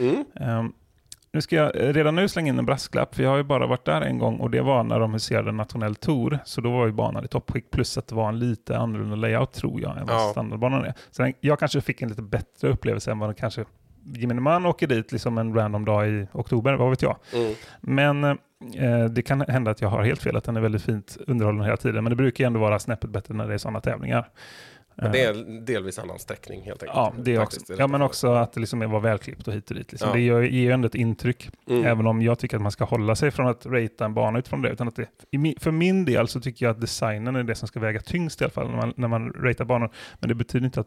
Nu ska jag redan nu slänga in en brasklapp, för jag har ju bara varit där en gång och det var när de huserade en nationell tour, så då var ju banan i toppskick, plus att det var en lite annorlunda layout tror jag än vad standardbanan är. Så jag kanske fick en lite bättre upplevelse än vad kanske gemene man åker dit liksom en random dag i oktober, vad vet jag. Men det kan hända att jag har helt fel, att den är väldigt fint underhållen hela tiden, men det brukar ju ändå vara snäppet bättre när det är sådana tävlingar. Men det är delvis annan sträckning helt enkelt. Ja, det är också. Ja, men också att det liksom var välklippt och hit och dit. Liksom. Det ger ju ändå ett intryck. Även om jag tycker att man ska hålla sig från att ratea en bana utifrån det. Utan att för min del så tycker jag att designen är det som ska väga tyngst i alla fall när man ratear banor. Men det betyder inte att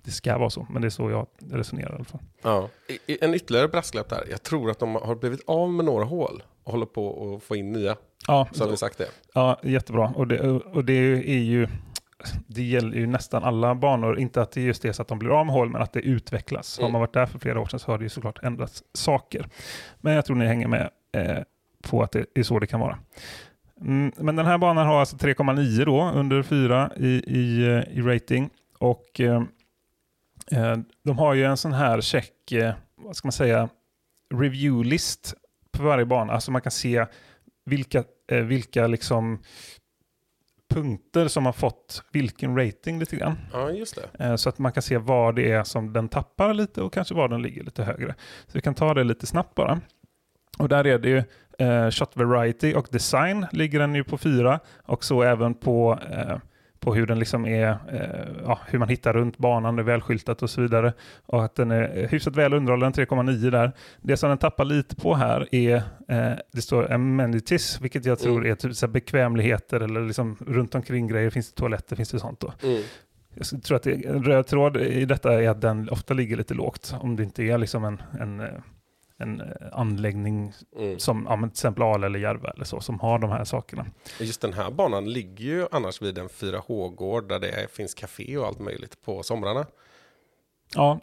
det ska vara så. Men det är så jag resonerar i alla fall. Ja. En ytterligare brasklapp där. Jag tror att de har blivit av med några hål och håller på att få in nya. Ja, så har vi sagt det. Ja, jättebra. Och det är ju... Det gäller ju nästan alla banor, inte att det just är så att de blir av med hål, men att det utvecklas. Har man varit där för flera år sedan så har det ju såklart ändrats saker. Men jag tror ni hänger med på att det är så det kan vara. Men den här banan har alltså 3,9 då, under 4 i rating. Och de har ju en sån här check, vad ska man säga, review list på varje bana. Alltså man kan se vilka liksom punkter som har fått vilken rating lite grann. Ja, just det. Så att man kan se vad det är som den tappar lite och kanske var den ligger lite högre. Så vi kan ta det lite snabbt bara. Och där är det ju shot variety och design ligger den ju på 4 och så även på hur den liksom är, hur man hittar runt banan, det är välskyltat och så vidare. Och att den är hyfsat väl underhållen, 3,9 där. Det som den tappar lite på här är, det står amenities, vilket jag tror är typ så här bekvämligheter eller liksom runt omkring grejer. Finns det toaletter, finns det sånt då? Jag tror att en röd tråd i detta är att den ofta ligger lite lågt. Om det inte är liksom en anläggning som till exempel Ale eller Järva eller så, som har de här sakerna. Just den här banan ligger ju annars vid en 4H-gård där det finns café och allt möjligt på somrarna. Ja,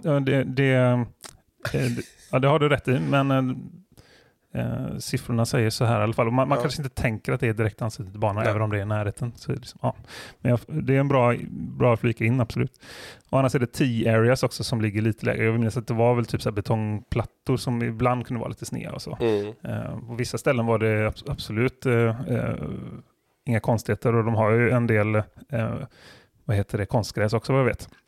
det har du rätt i, men siffrorna säger så här i alla fall. Och man kanske inte tänker att det är direkt anslutet till banan, även om det är i närheten. Så liksom, men det är en bra flika in, absolut. Och annars är det T-areas också som ligger lite lägre. Jag vill minnas att det var väl typ så här betongplattor som ibland kunde vara lite sneda och så. På vissa ställen var det absolut inga konstigheter, och de har ju en del konstgräs också, vad jag vet.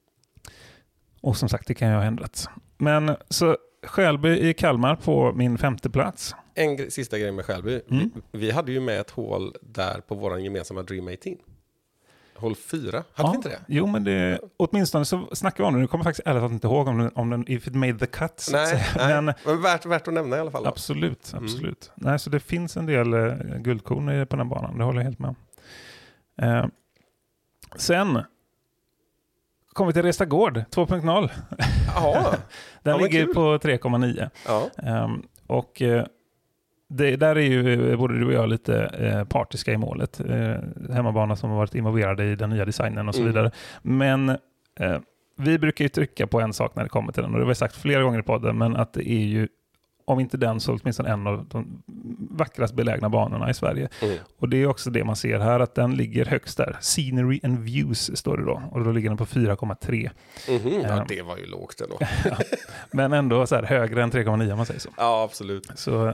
Och som sagt, det kan ju ha ändrats. Men så Skälby i Kalmar på min 5:e plats. En sista grej med Skälby. Vi hade ju med ett hål där på våran gemensamma Dream 18. Hål 4. Hade vi inte det? Jo, men det, åtminstone så snackar vi om det. Nu kommer jag faktiskt ärligt inte ihåg om den if it made the cut. Nej. Men värt att nämna i alla fall. Då. Absolut. Nej, så det finns en del guldkorn på den banan. Det håller jag helt med om. Sen kommer vi till Restagård 2.0. Jaha. Den ligger på 3,9. Ja. Och där är ju både du och jag lite partiska i målet. Hemmabana som har varit involverade i den nya designen och så vidare. Men vi brukar ju trycka på en sak när det kommer till den. Och det har vi sagt flera gånger i podden, men att det är ju, om inte den, så åtminstone en av de vackrast belägna banorna i Sverige. Och det är också det man ser här, att den ligger högst där. Scenery and views står det då. Och då ligger den på 4,3. Ja, det var ju lågt ändå. Ja, men ändå så här, högre än 3,9 om man säger så. Ja, absolut. Så,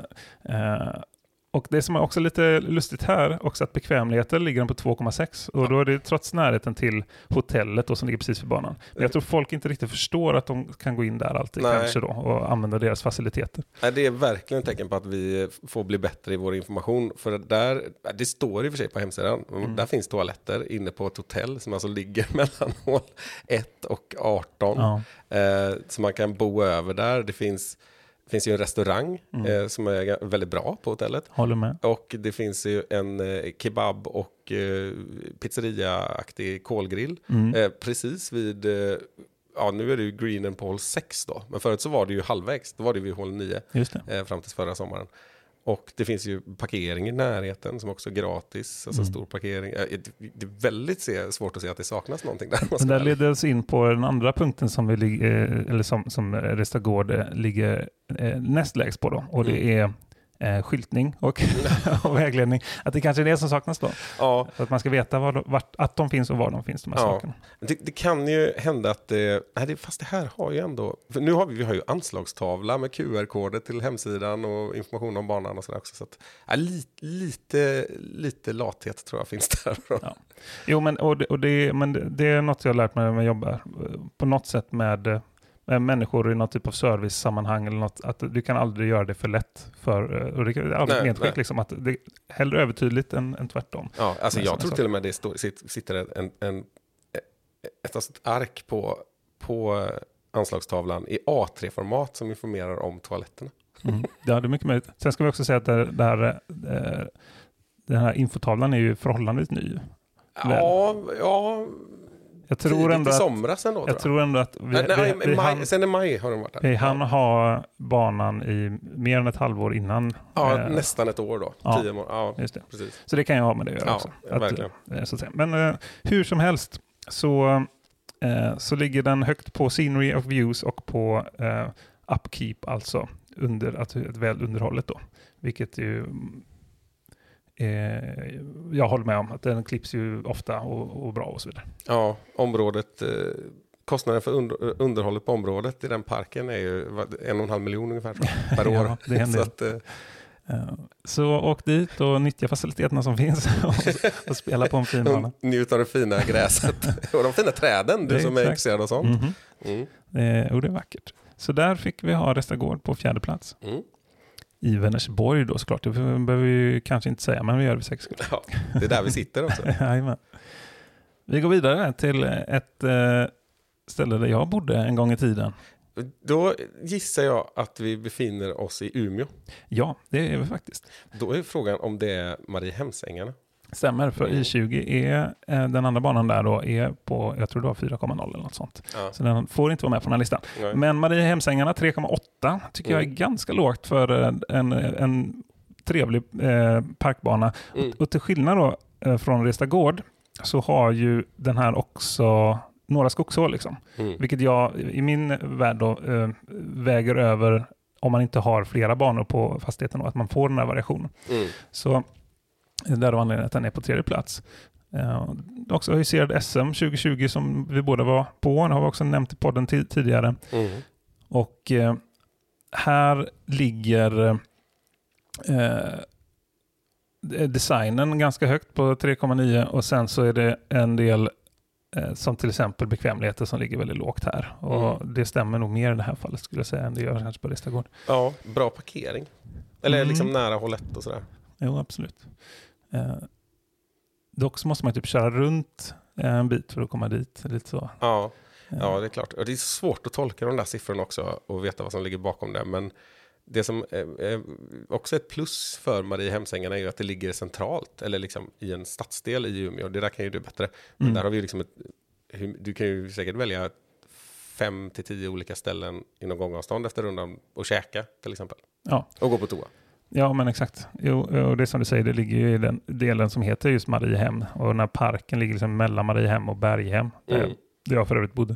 och det som är också lite lustigt här, också att bekvämligheten ligger den på 2,6. Och då är det trots närheten till hotellet då, som ligger precis för banan. Men jag tror folk inte riktigt förstår att de kan gå in där alltid kanske då och använda deras faciliteter. Nej, det är verkligen ett tecken på att vi får bli bättre i vår information. För det står i och för sig på hemsidan. Där finns toaletter inne på ett hotell som alltså ligger mellan hål 1 och 18. Ja. Så man kan bo över där. Det finns ju en restaurang som är väldigt bra på hotellet. Håller med. Och det finns ju en kebab- och pizzeria-aktig kolgrill. Precis vid, nu är det ju greenen på hål 6 då. Men förut så var det ju halvvägs. Då var det vid hål 9 fram till förra sommaren. Och det finns ju parkering i närheten som också är gratis. Alltså stor parkering. Det är väldigt svårt att se att det saknas någonting där. Men där leder oss in på den andra punkten som som Restagård ligger näst lägst på då. Och det är skyltning och vägledning. Att det kanske är det som saknas då. Ja. Så att man ska veta att de finns och var de finns, de här sakerna. Det kan ju hända att fast det här har ju ändå, för nu har vi har ju anslagstavla med QR-koder till hemsidan och information om banan och sådär också, så att lite lathet tror jag finns där. Ja. Jo, men det är något jag har lärt mig när jag jobbar på något sätt med människor i något typ av service-sammanhang eller något, att du kan aldrig göra det för lätt och det är aldrig medskick liksom, att det är hellre övertydligt än tvärtom. Ja, alltså jag tror till och med det sitter ett ark på anslagstavlan i A3-format som informerar om toaletterna. Ja, det är mycket möjligt. Sen ska vi också säga att den här infotavlan är ju förhållandevis ny. Ja, Jag tror ändå i somras ändå. Jag tror ändå att sen i maj har de varit där. Vi hann ha banan i mer än ett halvår innan. Ja, nästan ett år då. 10 månader. Ja, just det. Precis. Så det kan jag ha med det att göra också. Verkligen. Så att säga. Men hur som helst så ligger den högt på scenery of views och på upkeep, alltså ett väl underhållet då. Vilket ju jag håller med om att den klipps ju ofta och bra och så vidare. Ja, området, kostnaden för underhållet på området i den parken är ju 1,5 miljon ungefär per år. Ja, det händer. Så åk dit och nyttja faciliteterna som finns och spela på en fin bana. Njut av det fina gräset och de fina träden, du som är intresserad och sånt. Och det är vackert. Så där fick vi ha Restagård på 4:e plats. I Vänersborg då såklart. Det behöver vi kanske inte säga, men vi gör det för säkerhets skull. Ja, det är där vi sitter också. Vi går vidare till ett ställe där jag bodde en gång i tiden. Då gissar jag att vi befinner oss i Umeå. Ja, det är vi faktiskt. Då är frågan om det är Mariehemsängarna. Stämmer, för I20 är den andra banan där då är på, jag tror det var 4,0 eller något sånt. Ja. Så den får inte vara med på den här listan. Nej. Men Mariehemsängarna 3,8 tycker jag är ganska lågt för en trevlig parkbana. Och till skillnad då från Restagård så har ju den här också några skogshål liksom. Vilket jag i min värld då väger över om man inte har flera banor på fastigheten och att man får den här variationen. Så där var anledningen att den är på 3:e plats. Också huserad SM 2020 som vi båda var på. Det har vi också nämnt i podden tidigare. Och här ligger designen ganska högt på 3,9 och sen så är det en del som till exempel bekvämligheter som ligger väldigt lågt här. Och det stämmer nog mer i det här fallet skulle jag säga än det gör kanske på Restagård. Ja, bra parkering. Eller liksom nära hållet och sådär. Jo, absolut. Dock så måste man typ köra runt en bit för att komma dit. Lite så. Ja, det är klart. Och det är svårt att tolka de där siffrorna också och veta vad som ligger bakom det. Men det som är också ett plus för Mariehemsängarna är ju att det ligger centralt eller liksom i en stadsdel i Umeå. Det där kan ju du bättre. Men där har vi ju liksom du kan ju säkert välja 5 till 10 olika ställen inom gångavstånd efter rundan och käka till exempel. Ja. Och gå på toa. Ja, men exakt. Jo, och det som du säger, det ligger ju i den delen som heter just Mariehem. Och den här parken ligger liksom mellan Mariehem och Berghem. Där jag för övrigt bodde.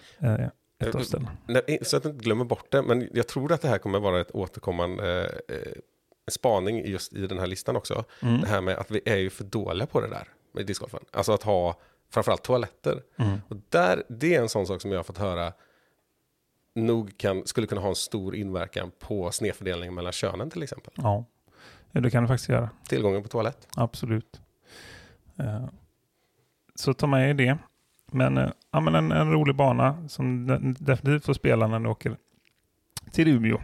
Så att jag inte glömmer bort det. Men jag tror att det här kommer vara ett återkommande spaning just i den här listan också. Det här med att vi är ju för dåliga på det där med discgolfen. Alltså att ha framförallt toaletter. Och det är en sån sak som jag har fått höra skulle kunna ha en stor inverkan på snedfördelningen mellan könen till exempel. Ja, det kan det faktiskt göra. Tillgången på toalett. Absolut. Så ta med det. Men en rolig bana som definitivt får spela när du åker till Umeå.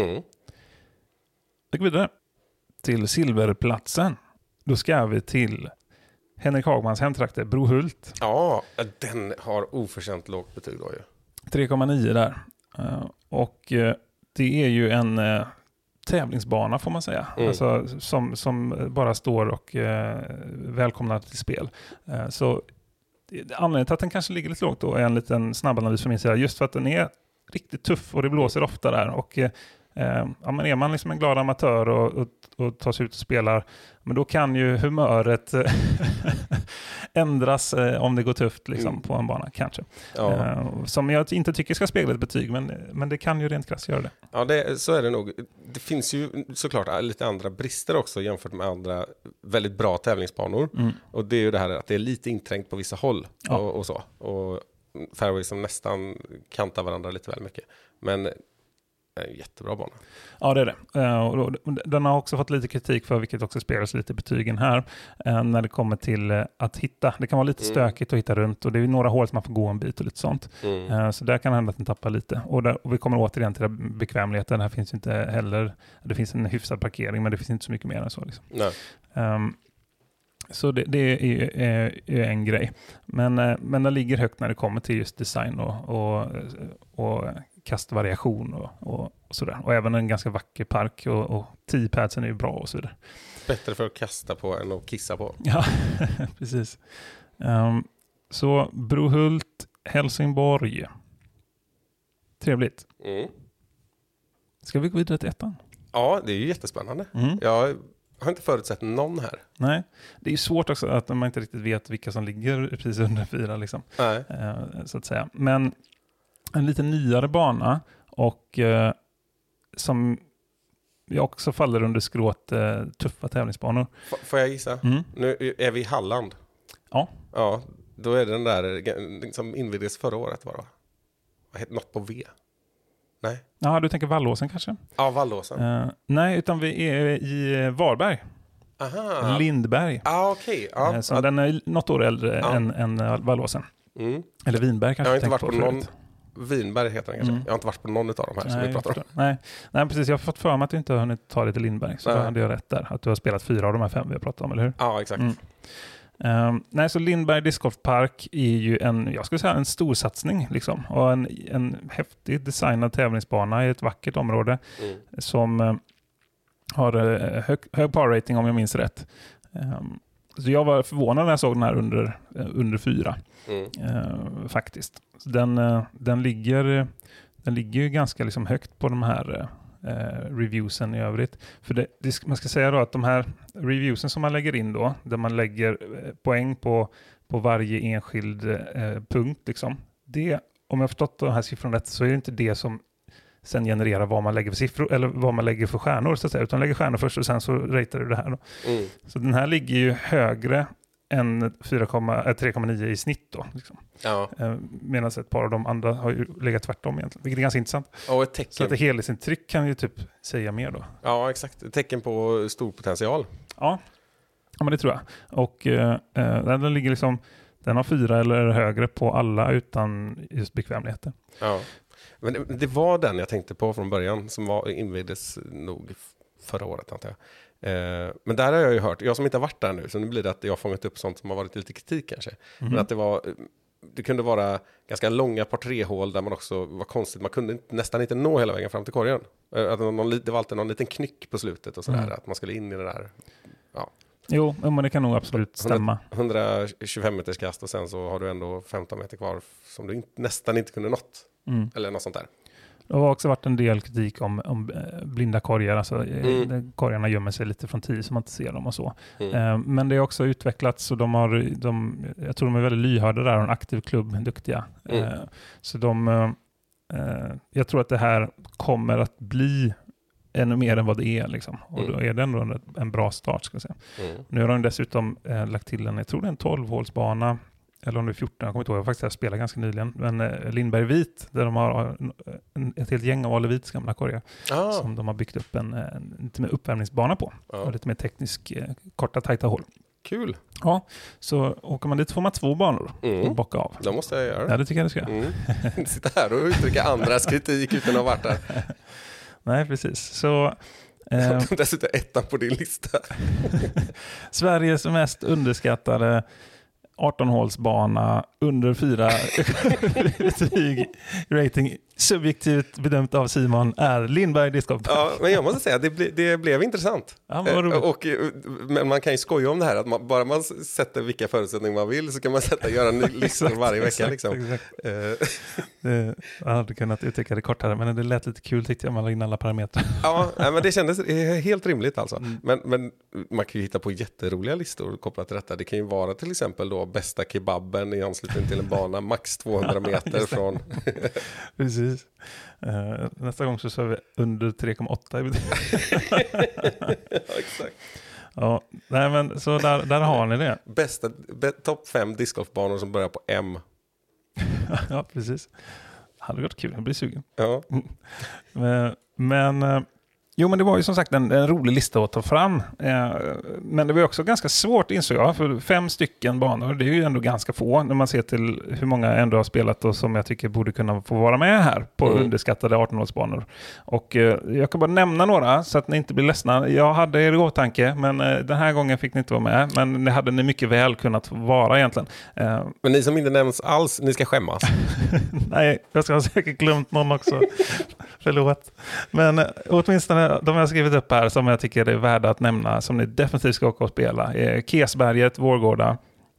Vi går vidare till Silverplatsen. Då ska vi till Henrik Hagmans hemtrakter, Brohult. Ja, den har oförtjänt lågt betyg då ju. 3,9 där. Och det är ju en tävlingsbana får man säga. Alltså, som bara står och välkomnar till spel. Så anledningen till att den kanske ligger lite lågt då är en liten snabbanalys från min sida. Just för att den är riktigt tuff och det blåser ofta där. Och men är man liksom en glad amatör och tar sig ut och spelar, men då kan ju humöret ändras om det går tufft liksom, på en bana kanske. Ja. Som jag inte tycker ska spegla ett betyg, men det kan ju rent krasst göra det. Ja, så är det nog. Det finns ju såklart lite andra brister också jämfört med andra väldigt bra tävlingsbanor. Och det är ju det här att det är lite inträngt på vissa håll och så. Och fairways som nästan kantar varandra lite väl mycket. Men en jättebra bana. Ja, det är det. Den har också fått lite kritik för, vilket också speglas lite i betygen här, när det kommer till att hitta. Det kan vara lite stökigt att hitta runt och det är några hål som man får gå en bit och lite sånt. Så där kan det hända att den tappar lite. Och vi kommer återigen till bekvämligheten. Här finns inte heller, det finns en hyfsad parkering, men det finns inte så mycket mer än så. Liksom. Så det är en grej. Men den ligger högt när det kommer till just design och kastvariation och sådär. Och även en ganska vacker park och tee-padsen är ju bra och så vidare. Bättre för att kasta på än att kissa på. Ja, precis. Så Brohult, Helsingborg. Trevligt. Ska vi gå vidare till ettan? Ja, det är ju jättespännande. Jag har inte förutsett någon här. Nej, det är ju svårt också att man inte riktigt vet vilka som ligger precis under 4 liksom. Nej. Så att säga. Men en lite nyare bana och som jag också faller under skrået tuffa tävlingsbanor. Får jag gissa? Nu är vi i Halland. Ja. Ja, då är det den där som invigdes förra året var det. Vad heter något på V? Nej. Ja, du tänker Vallåsen kanske? Ja, Vallåsen. Nej, utan vi är i Varberg. Aha. Lindberg. Okej. Ja. Så den är något år äldre än Vallåsen. Eller Vinberg kanske. Jag har inte varit på någon... Vinberg heter den kanske. Jag har inte varit på någon av de här som vi pratar om. Nej, precis. Jag har fått för mig att du inte har hunnit ta det till Lindberg. Så då hade jag rätt där. Att du har spelat 4 av de här 5 vi har pratat om, eller hur? Ja, exakt. Nej, så Lindberg Discgolfpark är ju jag skulle säga en stor satsning liksom. Och en häftig designad tävlingsbana i ett vackert område som har hög par rating om jag minns rätt. Så jag var förvånad när jag såg den här under 4 faktiskt. Så den ligger ju ganska liksom högt på de här reviewsen i övrigt. För man ska säga då att de här reviewsen som man lägger in då, där man lägger poäng på varje enskild punkt liksom. Det, om jag har förstått de här siffrorna rätt, så är det inte det som sen genererar vad man lägger för siffror eller vad man lägger för stjärnor så att säga, utan lägger stjärnor först och sen så ratear du det här då. Så den här ligger ju högre än 3,9 i snitt då. Liksom. Ja. Medan ett par av de andra har ju legat tvärtom egentligen, vilket är ganska intressant. Och ett tecken. Så att det helhetsintryck kan ju typ säga mer då. Ja, exakt. Ett tecken på stor potential. Ja, men det tror jag. Och den ligger liksom, den har 4 eller högre på alla utan just bekvämligheter. Ja. Men det var den jag tänkte på från början som invigdes nog förra året antar jag. Men där har jag ju hört, jag som inte har varit där nu, så nu blir det att jag har fångat upp sånt som har varit lite kritik kanske. Men att det kunde vara ganska långa par 3-hål där man också var konstigt, man kunde nästan inte nå hela vägen fram till korgen. Att det var alltid någon liten knyck på slutet och sådär, att man skulle in i det där. Ja. Jo, men det kan nog absolut stämma. 125 meters kast och sen så har du ändå 15 meter kvar som du nästan inte kunde nått. Eller något sånt där. Det har också varit en del kritik om blinda korgar. Alltså, korgarna gömmer sig lite från tid så man inte ser dem och så. Men det är också utvecklats och jag tror de är väldigt lyhörda där och en aktiv klubb, duktiga. Så jag tror att det här kommer att bli ännu mer än vad det är. Liksom. Och då är det ändå en bra start ska jag säga. Nu har de dessutom lagt till jag tror det är en 12-hålsbana. Eller om det är 14, jag kommer inte ihåg, jag faktiskt spelat ganska nyligen. Men Lindberg Vit, där de har ett helt gäng av Alevits gamla korgar. Som de har byggt upp en lite mer uppvärmningsbana på. Och lite mer teknisk, korta, tajta hål. Kul. Ja, så åker man dit får man 2 banor och bocka av. Det måste jag göra. Ja, det tycker jag du ska göra. Sitta här och uttrycka andras kritik utan att ha varit där. Nej, precis. Så... dessutom ettan på din lista. Sveriges mest underskattade 18-hålsbana under 4 rating subjektivt bedömt av Simon är Lindberg Discgolfpark. Ja, men jag måste säga det blev intressant. Ja, men man kan ju skoja om det här att bara man sätter vilka förutsättningar man vill så kan man göra en ny lista varje vecka. Liksom. Jag hade kunnat uttrycka det kortare, men det lät lite kul tyckte jag, man la in alla parametrar. Ja, men det kändes helt rimligt alltså. Men man kan ju hitta på jätteroliga listor kopplat till detta. Det kan ju vara till exempel då bästa kebaben i anslutning till en bana max 200 meter från... Precis. Nästa gång så sa vi under 3,8. Ja, exakt. Ja, nej men så där har ni det. Bästa topp 5 discgolfbanor som börjar på M. Ja, precis. Det hade varit kul, jag blir sugen. Ja. Men det var ju som sagt en rolig lista att ta fram. Men det var också ganska svårt insåg jag. För 5 stycken banor, det är ju ändå ganska få när man ser till hur många jag ändå har spelat och som jag tycker borde kunna få vara med här på underskattade 18-hålsbanor. Och jag kan bara nämna några så att ni inte blir ledsna. Jag hade er i åtanke, men den här gången fick ni inte vara med. Men det hade ni mycket väl kunnat vara egentligen. Men ni som inte nämns alls, ni ska skämmas. Nej, jag ska ha säkert glömt någon också. Förlåt. Men åtminstone de jag har skrivit upp här som jag tycker är värda att nämna som ni definitivt ska åka och spela är Kesberget, Vårgårda,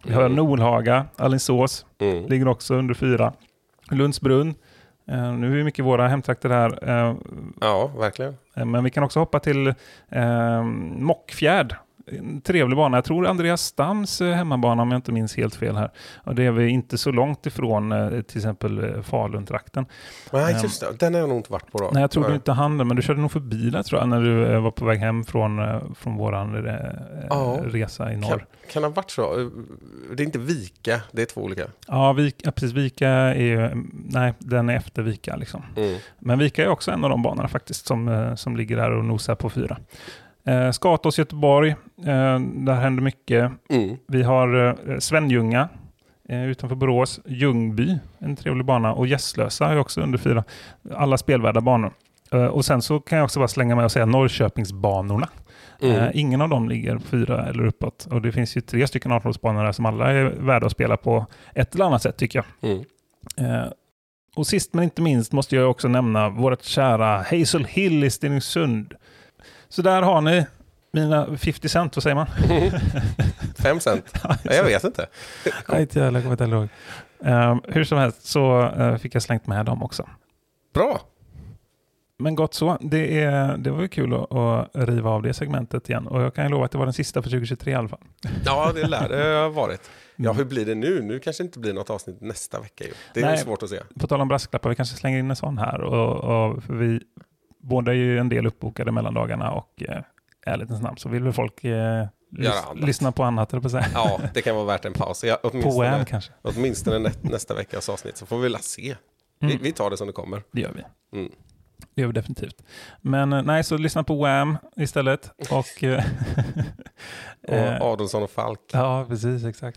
Vi har Nolhaga, Alingsås, ligger också under 4. Lundsbrunn, nu är det mycket våra hemtrakter här. Ja, verkligen. Men vi kan också hoppa till Mockfjärd. En trevlig bana. Jag tror Andreas Stams hemmabana, om jag inte minns helt fel här. Och det är vi inte så långt ifrån till exempel Falun-trakten. Nej, just det. Den har jag nog inte varit på då. Nej, jag tror du inte hann det, men du körde nog förbi där tror jag när du var på väg hem från våran resa i norr. Kan det ha varit så? Det är inte Vika, det är 2 olika. Ja, precis. Vika är den är efter Vika liksom. Men Vika är också en av de banorna faktiskt som ligger där och nosar på 4. Skatås, Göteborg, där händer mycket. Vi har Svenljunga utanför Borås, Ljungby, en trevlig bana, och Gässlösa är också under 4. Alla spelvärda banor. Och sen så kan jag också bara slänga med och säga Norrköpingsbanorna. Ingen av dem ligger 4 eller uppåt. Och det finns ju 3 stycken 18-årsbanor där som alla är värda att spela på ett eller annat sätt tycker jag. Och sist men inte minst måste jag också nämna vårt kära Hazel Hill i Stenungsund. Så där har ni mina 50 cent, vad säger man? 5 cent? Jag vet inte. Jag kommer inte ihåg. Hur som helst så fick jag slängt med dem också. Bra! Men gott så. Det var ju kul att riva av det segmentet igen. Och jag kan ju lova att det var den sista för 2023 i alla fall. Ja, det lär det ha varit. Ja, hur blir det nu? Nu kanske inte blir något avsnitt nästa vecka. Det är svårt att se. På tal om brasklappar, vi kanske slänger in en sån här. Och för vi båda är ju en del uppbokade mellandagarna och ärligt namn så vill väl folk lyssna på annat eller på sig. Ja, det kan vara värt en paus. Poem kanske. Åtminstone nästa veckas avsnitt så får vi se. Vi tar det som det kommer. Det gör vi. Det gör vi definitivt. Men så lyssna på Wham istället. Och Adolfsson och Falk. Ja, precis, exakt.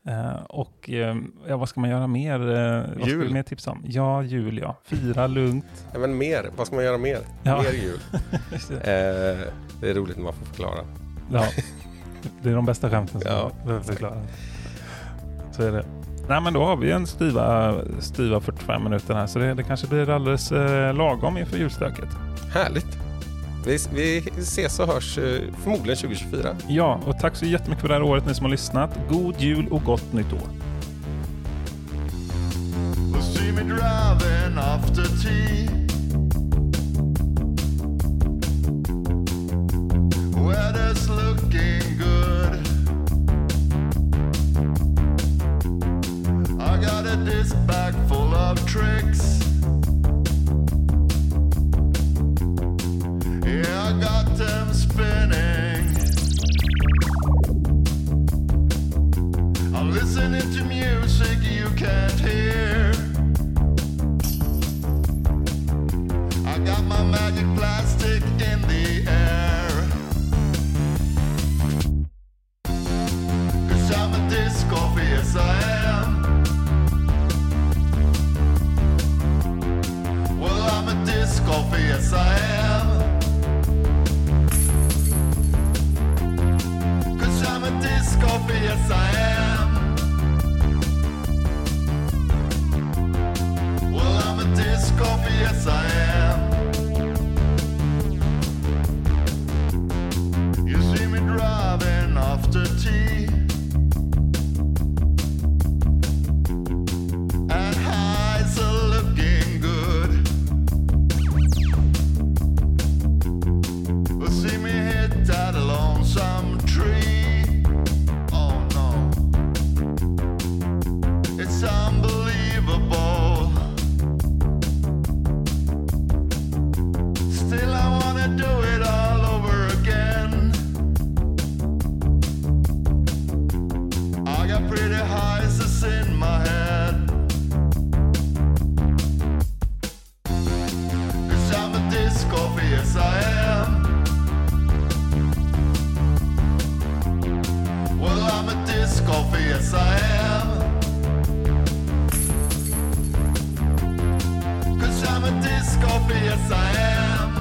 Vad ska man göra mer? Vad ska vi mer tipsa om? Ja, jul, ja. Fira lugnt. Ja, men mer. Vad ska man göra mer? Ja. Mer jul. Det är roligt när man får förklara. Ja, det är de bästa skämten som man behöver förklara. Så är det. Nej, men då har vi en styva 45 minuter här. Så det kanske blir alldeles lagom inför julstöket. Härligt. Vi ses och hörs förmodligen 2024. Ja, och tack så jättemycket för det här året ni som har lyssnat. God jul och gott nytt år. See me driving after tea. Weather's looking good. I got a disc bag full of tricks. Yeah, I got them spinning. I'm listening to music you can't hear. I got my magic plastic in the air. 'Cause I'm a disc golfer, yes I am. Well, I'm a disc golfer, yes I am. 'Cause I'm a disc golfer, yes I am. Well, I'm a disc golfer, yes I am. You see me driving after tea. And highs are looking good. We'll see me hit that lonesome tree. Oh no, it's unbelievable. Still I wanna do it all over again. I got pretty highs in my head. 'Cause I'm a disc golfer, yes I am. Well, I'm a disc golfer, yes I am. 'Cause I'm a disc golfer, yes I am.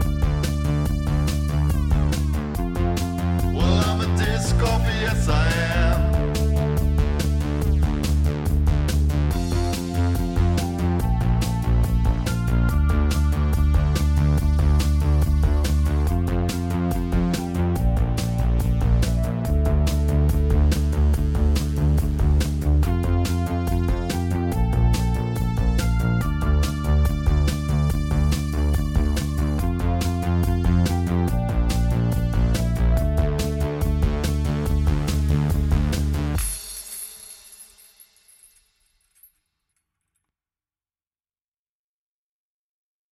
Well, I'm a disc golfer, yes I am.